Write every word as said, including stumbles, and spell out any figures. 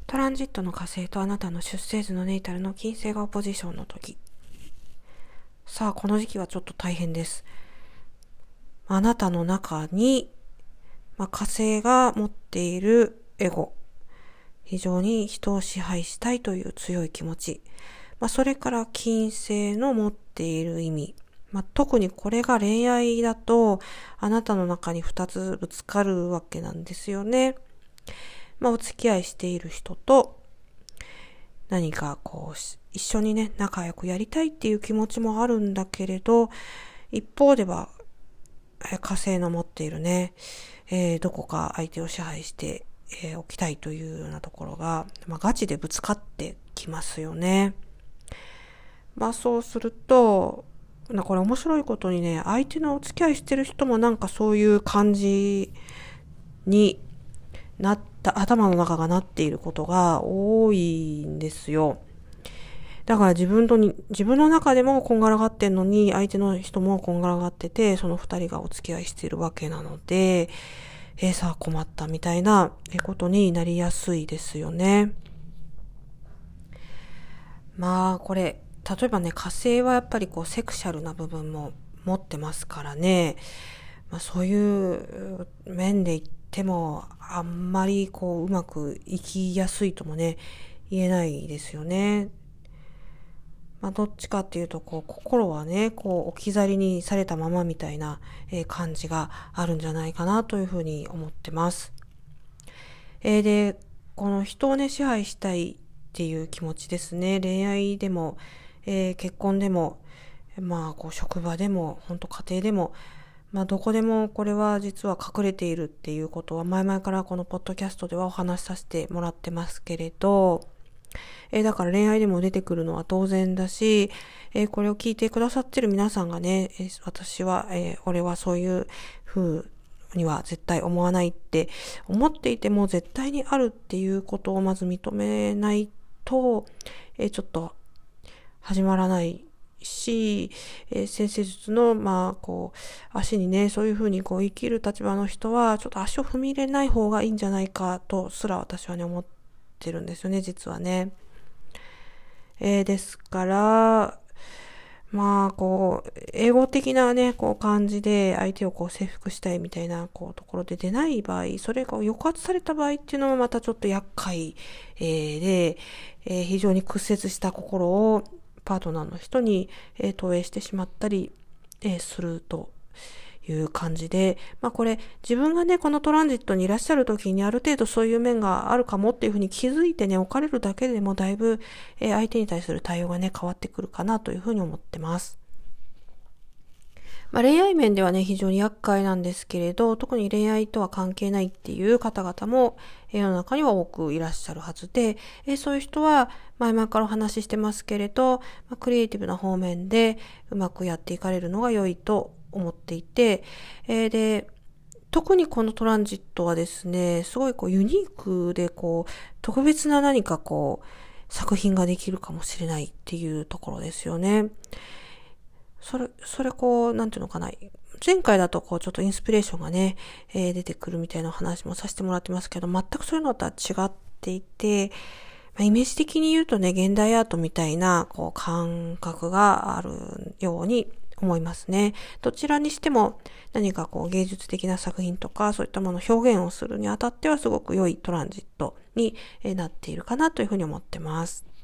トランジットの火星とあなたの出生図のネイタルの金星がオポジションの時。さあ、この時期はちょっと大変です。あなたの中に、まあ、火星が持っているエゴ、非常に人を支配したいという強い気持ち、まあ、それから金星の持っている意味、まあ、特にこれが恋愛だとあなたの中に二つぶつかるわけなんですよね。まあ、お付き合いしている人と何かこう一緒にね仲良くやりたいっていう気持ちもあるんだけれど、一方では火星の持っているね、えー、どこか相手を支配して、えー、おきたいというようなところが、まあ、ガチでぶつかってきますよね。まあそうすると、これ面白いことにね、相手のお付き合いしてる人もなんかそういう感じになった、頭の中がなっていることが多いんですよ。だから自分とに、自分の中でもこんがらがってんのに、相手の人もこんがらがってて、その二人がお付き合いしているわけなので、えー、さあ困ったみたいなことになりやすいですよね。まあこれ、例えばね、火星はやっぱりこうセクシャルな部分も持ってますからね、まあ、そういう面で言ってもあんまりこううまくいきやすいともね言えないですよね。まあ、どっちかっていうとこう心はねこう置き去りにされたままみたいな感じがあるんじゃないかなというふうに思ってます。えー、でこの人をね支配したいっていう気持ちですね。恋愛でも、えー、結婚でも、まあこう職場でも本当家庭でも、まあどこでもこれは実は隠れているっていうことは前々からこのポッドキャストではお話しさせてもらってますけれど、えー、だから恋愛でも出てくるのは当然だし、えー、これを聞いてくださってる皆さんがね、えー、私は、えー、俺はそういう風には絶対思わないって思っていても絶対にあるっていうことをまず認めないと、えー、ちょっと始まらないし、えー、先生術の、まあ、こう、足にね、そういうふうにこう生きる立場の人は、ちょっと足を踏み入れない方がいいんじゃないかとすら私はね、思ってるんですよね、実はね。えー、ですから、まあ、こう、英語的なね、こう感じで相手をこう征服したいみたいな、こう、ところで出ない場合、それが抑圧された場合っていうのもまたちょっと厄介、えー、で、えー、非常に屈折した心をパートナーの人に、えー、投影してしまったり、えー、するという感じで、まあこれ自分がねこのトランジットにいらっしゃる時にある程度そういう面があるかもっていうふうに気づいてね置かれるだけでもだいぶ、えー、相手に対する対応がね変わってくるかなというふうに思ってます。まあ、恋愛面ではね非常に厄介なんですけれど、特に恋愛とは関係ないっていう方々も世の中には多くいらっしゃるはずで、えそういう人は前々からお話ししてますけれど、まあ、クリエイティブな方面でうまくやっていかれるのが良いと思っていて、えー、で特にこのトランジットはですねすごいこうユニークでこう特別な何かこう作品ができるかもしれないっていうところですよね。それ、それこう、なんていうのかな。前回だとこう、ちょっとインスピレーションがね、えー、出てくるみたいな話もさせてもらってますけど、全くそういうのとは違っていて、まあ、イメージ的に言うとね、現代アートみたいな、こう、感覚があるように思いますね。どちらにしても、何かこう、芸術的な作品とか、そういったものを表現をするにあたっては、すごく良いトランジットになっているかなというふうに思ってます。